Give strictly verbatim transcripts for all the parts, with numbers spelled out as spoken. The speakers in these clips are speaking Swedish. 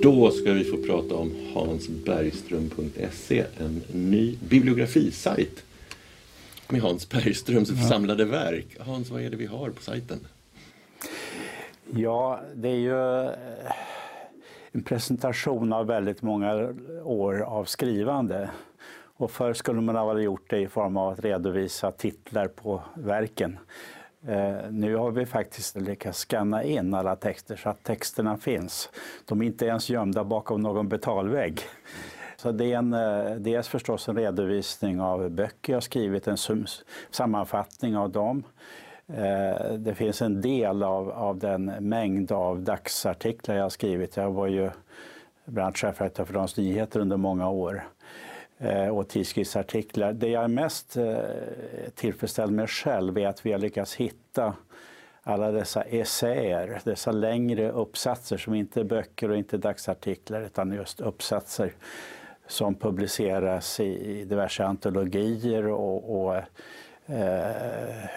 Då ska vi få prata om hans bergström punkt se, en ny bibliografisajt med Hans Bergströms ja. samlade verk. Hans, vad är det vi har på sajten? Ja, det är ju en presentation av väldigt många år av skrivande. Och förr skulle man ha gjort det i form av att redovisa titlar på verken. Eh, nu har vi faktiskt lyckats scanna in alla texter så att texterna finns. De är inte ens gömda bakom någon betalvägg. Så det är en, dels förstås en redovisning av böcker jag har skrivit, en sum, sammanfattning av dem. Eh, det finns en del av, av den mängd av dagsartiklar jag har skrivit. Jag var ju branschchefredaktör för Dagens Nyheter under många år. Och tidskriftsartiklar. Det jag är mest tillfredsställd med själv är att vi har lyckats hitta alla dessa essäer, dessa längre uppsatser som inte är böcker och inte dagsartiklar utan just uppsatser som publiceras i diverse antologier och, och eh,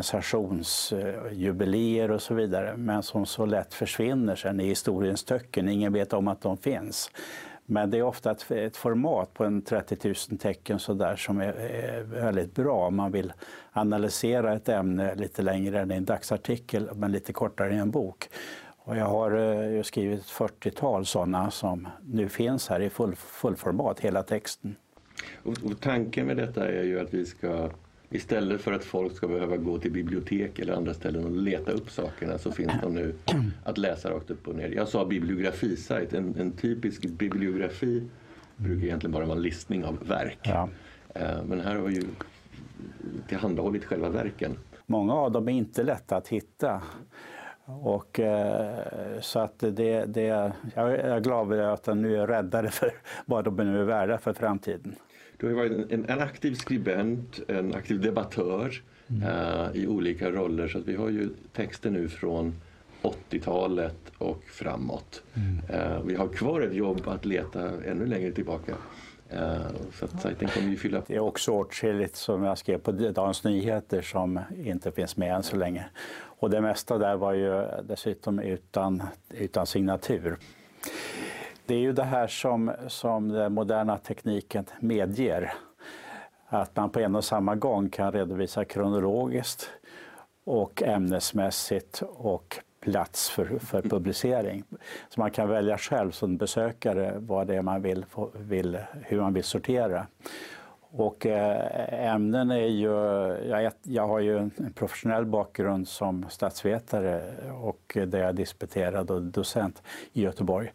organisationsjubileer och så vidare, men som så lätt försvinner sen i historiens töcken. Ingen vet om att de finns. Men det är ofta ett, ett format på en trettio tusen tecken så där som är, är väldigt bra. Man vill analysera ett ämne lite längre än en dagsartikel men lite kortare än en bok. Och jag har eh, skrivit ett fyrtiotal sådana som nu finns här i full, fullformat, hela texten. Och, och tanken med detta är ju att vi ska, istället för att folk ska behöva gå till bibliotek eller andra ställen och leta upp sakerna, så finns de nu att läsa rakt upp och ner. Jag sa bibliografisajt. En, en typisk bibliografi brukar egentligen bara vara en listning av verk. Ja. Men här har vi ju tillhandahållit själva verken. Många av dem är inte lätta att hitta. Och så att det, det, jag är glad över att de nu är räddade för vad de nu är värda för framtiden. Du har varit en, en aktiv skribent, en aktiv debattör mm. uh, i olika roller. Så att vi har ju texter nu från åttiotalet och framåt. Mm. Uh, vi har kvar ett jobb att leta ännu längre tillbaka. Uh, så att sajten kommer ju fylla på. Det är också åtskilligt som jag skrev på Dagens Nyheter som inte finns med än så länge. Och det mesta där var ju dessutom utan, utan signatur. Det är ju det här som, som den moderna tekniken medger. Att man på en och samma gång kan redovisa kronologiskt och ämnesmässigt och plats för, för publicering. Så man kan välja själv som besökare vad det är man vill, vill, hur man vill sortera. Och ämnen är ju, jag, jag har ju en professionell bakgrund som statsvetare och där jag disputerad och docent i Göteborg.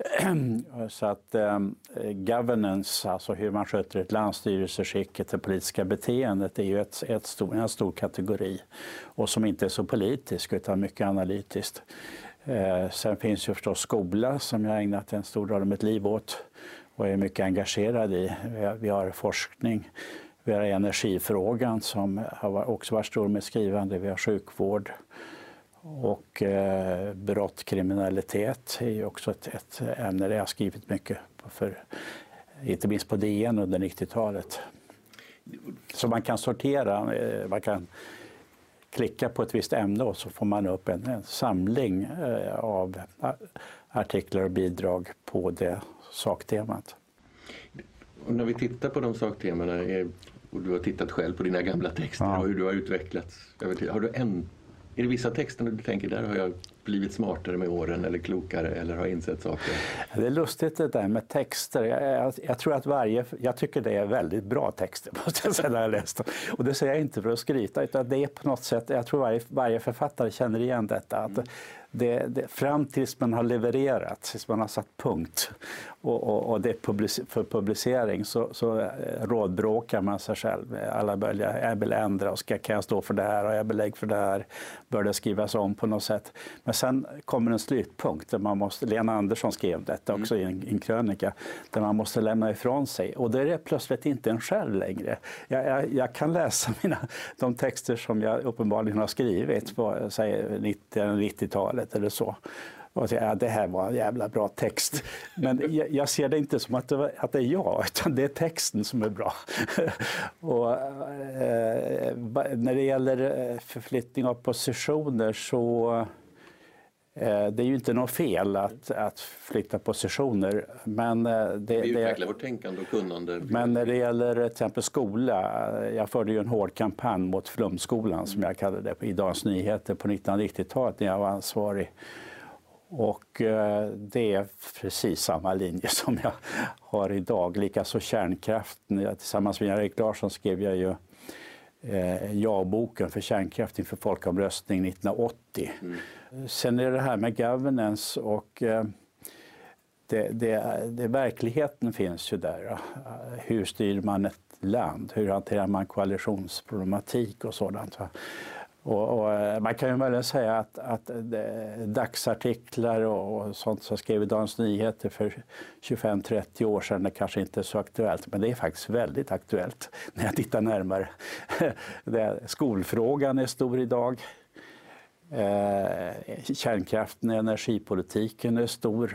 Så att eh, governance, alltså hur man sköter ett landstyrelseskicket, det politiska beteendet, är ju ett, ett stor, en stor kategori och som inte är så politisk utan mycket analytiskt. Eh, sen finns ju förstås skola som jag har ägnat en stor del av mitt liv åt och är mycket engagerad i. Vi har, vi har forskning, vi har energifrågan som har också varit stor med skrivande, vi har sjukvård och eh, brott, kriminalitet är ju också ett, ett ämne där jag har skrivit mycket, för, inte minst på D N under nittiotalet. Så man kan sortera, eh, man kan klicka på ett visst ämne och så får man upp en, en samling eh, av artiklar och bidrag på det saktemat. Och när vi tittar på de saktemana, och du har tittat själv på dina gamla texter ja. och hur du har utvecklats, har du en, är det vissa texter när du tänker där har jag blivit smartare med åren eller klokare eller har insett saker? Det är lustigt det där med texter. Jag, jag, jag tror att varje, jag tycker det är väldigt bra texter måste jag säga när jag läst dem. Och det säger jag inte för att skryta utan det är på något sätt, jag tror varje, varje författare känner igen detta. Att mm. det, det, fram tills man har levererat, tills man har satt punkt och, och, och det är public, för publicering så, så rådbråkar man sig själv. Alla börjar, jag vill ändra och ska, kan jag stå för det här och jag belägg för det här, bör det skrivas om på något sätt. Men sen kommer en slutpunkt där man måste, Lena Andersson skrev detta också mm. i en, en krönika, där man måste lämna ifrån sig. Och det är plötsligt inte en själv längre. Jag, jag, jag kan läsa mina, de texter som jag uppenbarligen har skrivit på säg, nittio-talet eller så. Och säga, ja, det här var en jävla bra text. Men jag, jag ser det inte som att det, att det är jag, utan det är texten som är bra. och, eh, när det gäller förflyttning av positioner så Det är ju inte något fel att, att flytta positioner, men det, det utvecklar vårt tänkande och kunnande. Men när det gäller till exempel skola, jag förde ju en hård kampanj mot flumskolan som jag kallade det i Dagens Nyheter på nittonhundranittiotalet när jag var ansvarig. Och det är precis samma linje som jag har idag. Likaså kärnkraften. Tillsammans med Erik Larsson skrev jag ju eh, ja-boken för kärnkraft inför folkomröstning nittonhundraåttio. Mm. Sen är det här med governance och eh, det, det, det, verkligheten finns ju där. Hur styr man ett land? Hur hanterar man koalitionsproblematik och sådant? Och, och man kan ju möjligen säga att, att dagsartiklar och, och sånt som skrev i Dagens Nyheter för tjugofem trettio år sedan är kanske inte så aktuellt. Men det är faktiskt väldigt aktuellt när jag tittar närmare. Det, skolfrågan är stor idag. Eh, kärnkraften, energipolitiken är stor.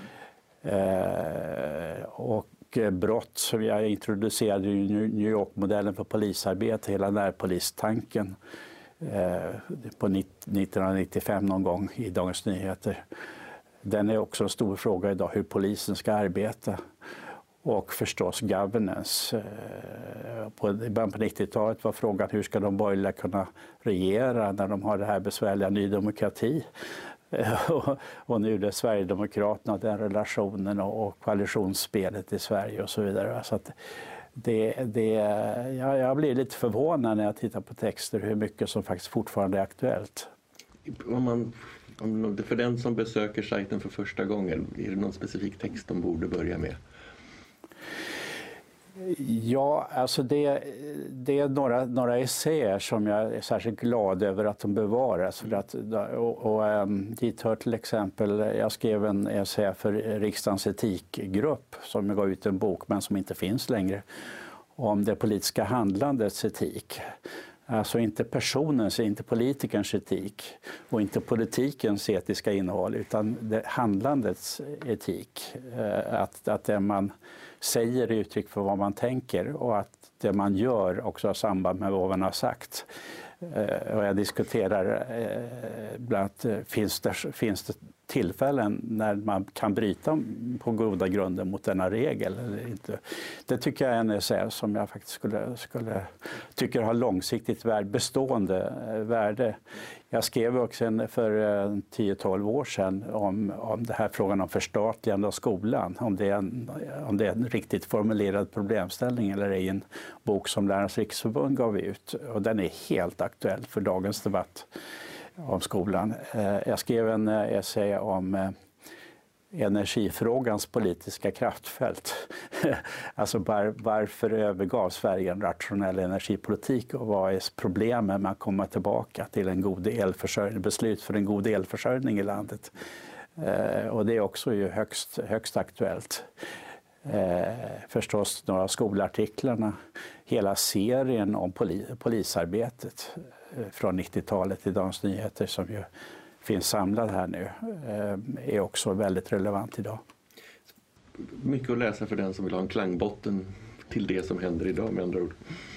Eh, och brott som jag introducerade i New York-modellen för polisarbete, hela närpolistanken. På nittonhundranittiofem någon gång i Dagens Nyheter. Den är också en stor fråga idag, hur polisen ska arbeta. Och förstås governance. På, I början på nittiotalet var frågan hur ska de borgerliga kunna regera när de har det här besvärliga Ny Demokrati. och, och nu är det Sverigedemokraterna, den relationen och, och koalitionsspelet i Sverige och så vidare. Så att Det, det, ja, jag blir lite förvånad när jag tittar på texter hur mycket som faktiskt fortfarande är aktuellt. Om man, om, för den som besöker sajten för första gången, är det någon specifik text de borde börja med? Ja, alltså det, det är några, några essäer som jag är särskilt glad över att de bevaras. För att, och, och, um, dit hör till exempel, jag skrev en essä för riksdagens etikgrupp som gav ut en bok men som inte finns längre, om det politiska handlandets etik. Alltså inte personens, inte politikerns etik och inte politikens etiska innehåll utan det handlandets etik. Att, att det man säger är uttryck för vad man tänker och att det man gör också har samband med vad man har sagt. Och jag diskuterar bland annat, finns det, finns det tillfällen när man kan bryta på goda grunder mot denna regel eller inte. Det tycker jag är en essä som jag faktiskt skulle, skulle tycker har långsiktigt värde, bestående värde. Jag skrev också en, för tio tolv år sedan om, om det här frågan om förstatligande av skolan. Om det, är en, om det är en riktigt formulerad problemställning eller i en bok som Lärarnas riksförbund gav ut. Och den är helt aktuell för dagens debatt om skolan. Jag skrev en essä om energifrågans politiska kraftfält. Alltså var, varför övergav Sverige en rationell energipolitik och vad är problemet med att komma tillbaka till en god elförsörjning, beslut för en god elförsörjning i landet. Och det är också ju högst, högst aktuellt. Eh, förstås några av skolartiklarna, hela serien om poli, polisarbetet eh, från nittiotalet i Dagens Nyheter som ju finns samlad här nu eh, är också väldigt relevant idag. Mycket att läsa för den som vill ha en klangbotten till det som händer idag med andra ord.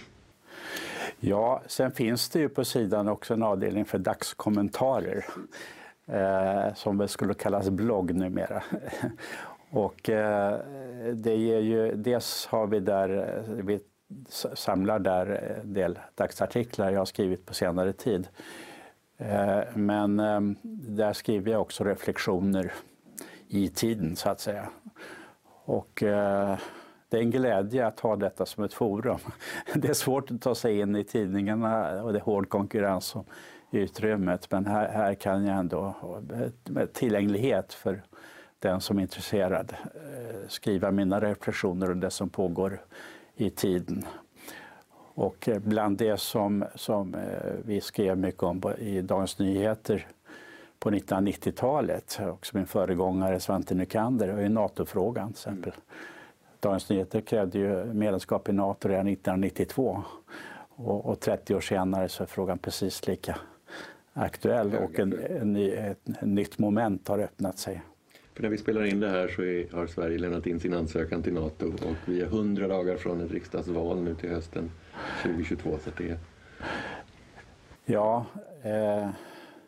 Ja, sen finns det ju på sidan också en avdelning för dagskommentarer eh, som väl skulle kallas blogg numera. Och eh, det ger ju, dels har vi där, vi samlar där en del dagsartiklar jag har skrivit på senare tid. Eh, men eh, där skriver jag också reflektioner i tiden så att säga. Och eh, det är en glädje att ha detta som ett forum. Det är svårt att ta sig in i tidningarna och det är hård konkurrens om utrymmet. Men här, här kan jag ändå med tillgänglighet för den som är intresserad skriva mina reflektioner och det som pågår i tiden. Och bland det som, som vi skrev mycket om i Dagens Nyheter på nittonhundranittiotalet, också min föregångare Svante Nycander, är ju NATO-frågan till exempel. Mm. Dagens Nyheter krävde ju medlemskap i NATO redan nittonhundranittiotvå och, och trettio år senare så är frågan precis lika aktuell och en, en, ett, ett nytt moment har öppnat sig. För när vi spelar in det här så är, har Sverige lämnat in sin ansökan till NATO och vi är hundra dagar från ett riksdagsval nu till hösten tjugohundratjugotvå. Så det är... Ja, eh,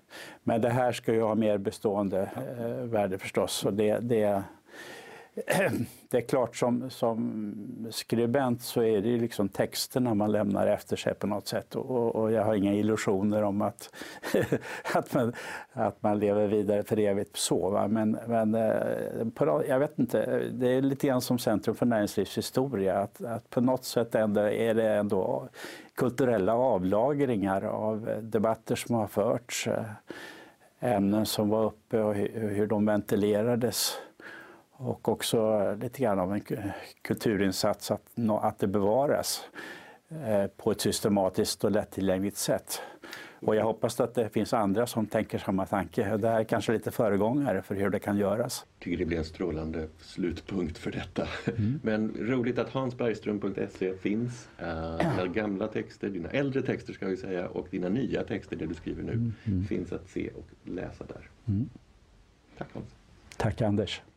Men det här ska ju ha mer bestående eh, värde förstås. Och det, det, det är klart som, som skribent så är det ju liksom texterna man lämnar efter sig på något sätt. Och, och jag har inga illusioner om att, att, man, att man lever vidare för evigt så. Va? Men, men på, jag vet inte, det är lite grann som Centrum för näringslivshistoria. Att, att på något sätt ändå är det ändå kulturella avlagringar av debatter som har förts. Ämnen som var uppe och hur, hur de ventilerades. Och också lite grann av en kulturinsats att, att det bevaras på ett systematiskt och lättillgängligt sätt. Och jag hoppas att det finns andra som tänker samma tanke. Det här är kanske lite föregångare för hur det kan göras. Jag tycker det blir en strålande slutpunkt för detta. Mm. Men roligt att hansbergström punkt se finns. Uh, dina gamla texter, dina äldre texter ska vi säga, och dina nya texter, det du skriver nu, mm. finns att se och läsa där. Mm. Tack Hans. Tack Anders.